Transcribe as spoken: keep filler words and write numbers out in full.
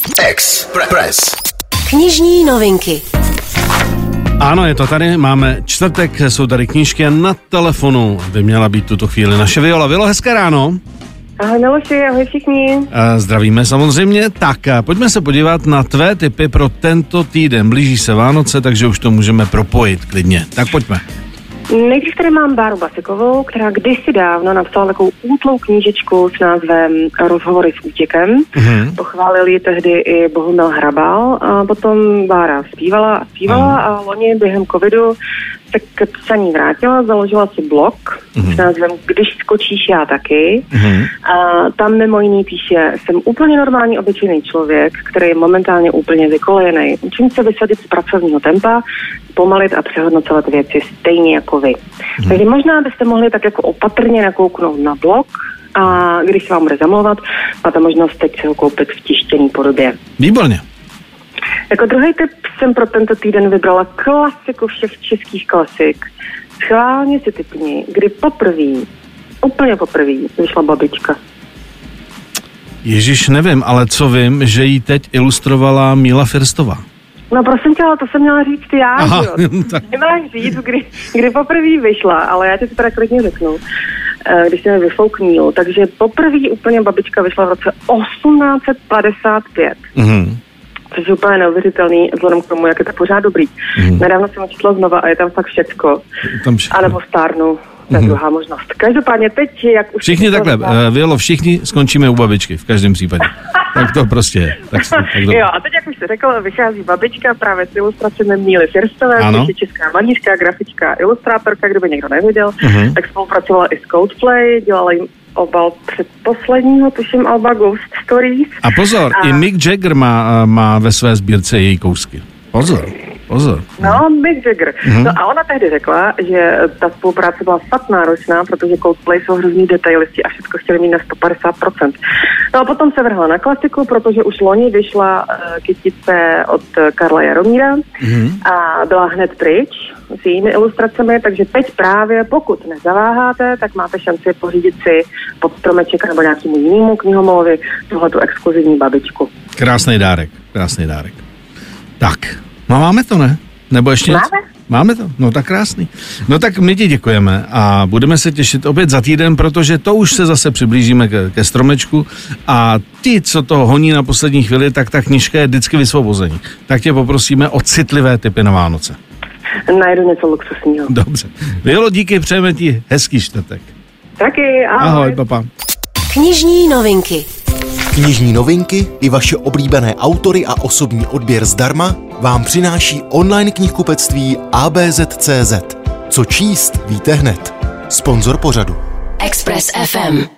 Express. Knižní novinky. Ano, je to tady, máme čtvrtek, jsou tady knížky a na telefonu by měla být tuto chvíli naše Viola. Vilo, hezké ráno. Ahoj Miloši, ahoj všichni. A zdravíme samozřejmě. Tak, a pojďme se podívat na tvé tipy pro tento týden. Blíží se Vánoce, takže už to můžeme propojit klidně. Tak pojďme. Nejdřív tady mám Báru Basikovou, která kdysi dávno napsala takovou útlou knížečku s názvem Rozhovory s útěkem. Mm-hmm. Pochválil ji tehdy i Bohumil Hrabal a potom Bára zpívala a zpívala mm. a loni během covidu se k psaní vrátila, založila si blog mm-hmm. s názvem Když skočíš, já taky. Mm-hmm. A tam mimo jiný píše, jsem úplně normální obyčejný člověk, který je momentálně úplně vykolejený. Učím se vysadit z pracovního tempa, pomalit a přehodnocovat věci stejně jako vy. Mm-hmm. Takže možná byste mohli tak jako opatrně nakouknout na blog a když se vám bude zamlouvat, máte možnost teď se ho koupit v tištěné podobě. Výborně. Jako druhý tip jsem pro tento týden vybrala klasiku všech českých klasik. Schválně si tipni, kdy poprvé, úplně poprvé vyšla Babička. Ježiš, nevím, ale co vím, že ji teď ilustrovala Míla Firstová. No prosím tě, ale to jsem měla říct já, Aha, jo. Tak. Nemáš říct, kdy, kdy poprvé vyšla, ale já ti to teda klidně řeknu, když se mi vyfouknul. Takže poprvé úplně Babička vyšla v roce osmnáct set padesát pět. Mhm. Což je úplně neuvěřitelný, vzhledem k tomu, jak je to pořád dobrý. Mm. Nedávno jsem četla znova a je tam fakt všecko. Tam všechno. A nebo stárnu. To je mm. druhá možnost. Každopádně teď, jak už... Všichni takhle, uh, Violo, všichni skončíme u Babičky, v každém případě. Tak to prostě je. Tak, tak to... Jo, a teď, jak už jsi řekl, vychází Babička právě s ilustracemi Míly Firstové, což je česká malířka, grafička, ilustrátorka, kdo by někdo nevěděl. Mm. Tak spolupracovala i s Coldplay, dělala jim obal předposledního, tuším, alba Ghost Stories. A pozor, a... i Mick Jagger má, má ve své sbírce její kousky. Pozor, pozor. No, Mick Jagger. Mm-hmm. No a ona tehdy řekla, že ta spolupráce byla fakt náročná, protože Coldplay jsou hrozný detailisti a všechno chtěli mít na sto padesát procent. No a potom se vrhla na klasiku, protože už loni vyšla uh, kytice od Karla Jaromíra mm-hmm. a byla hned pryč s jejími ilustracemi, takže teď právě, pokud nezaváháte, tak máte šanci pořídit si pod stromeček nebo nějakému jinému knihomolovi tuhletu exkluzivní Babičku. Krásný dárek, krásný dárek. Tak, no máme to, ne? Nebo ještě Máme? Něco? Máme to, no tak krásný. No tak my ti děkujeme a budeme se těšit opět za týden, protože to už se zase přiblížíme ke, ke stromečku a ti, co to honí na poslední chvíli, tak ta knížka je vždycky vysvobození. Tak tě poprosíme o citlivé tipy na Vánoce. Najdu něco luxusního. Dobře. Violo, díky, přejeme ti hezký čtvrtek. Taky, ahoj. Ahoj, papa. Knižní novinky. Knižní novinky i vaše oblíbené autory a osobní odběr zdarma vám přináší online knihkupectví A B Z tečka cé zet. Co číst, víte hned. Sponzor pořadu. Express F M.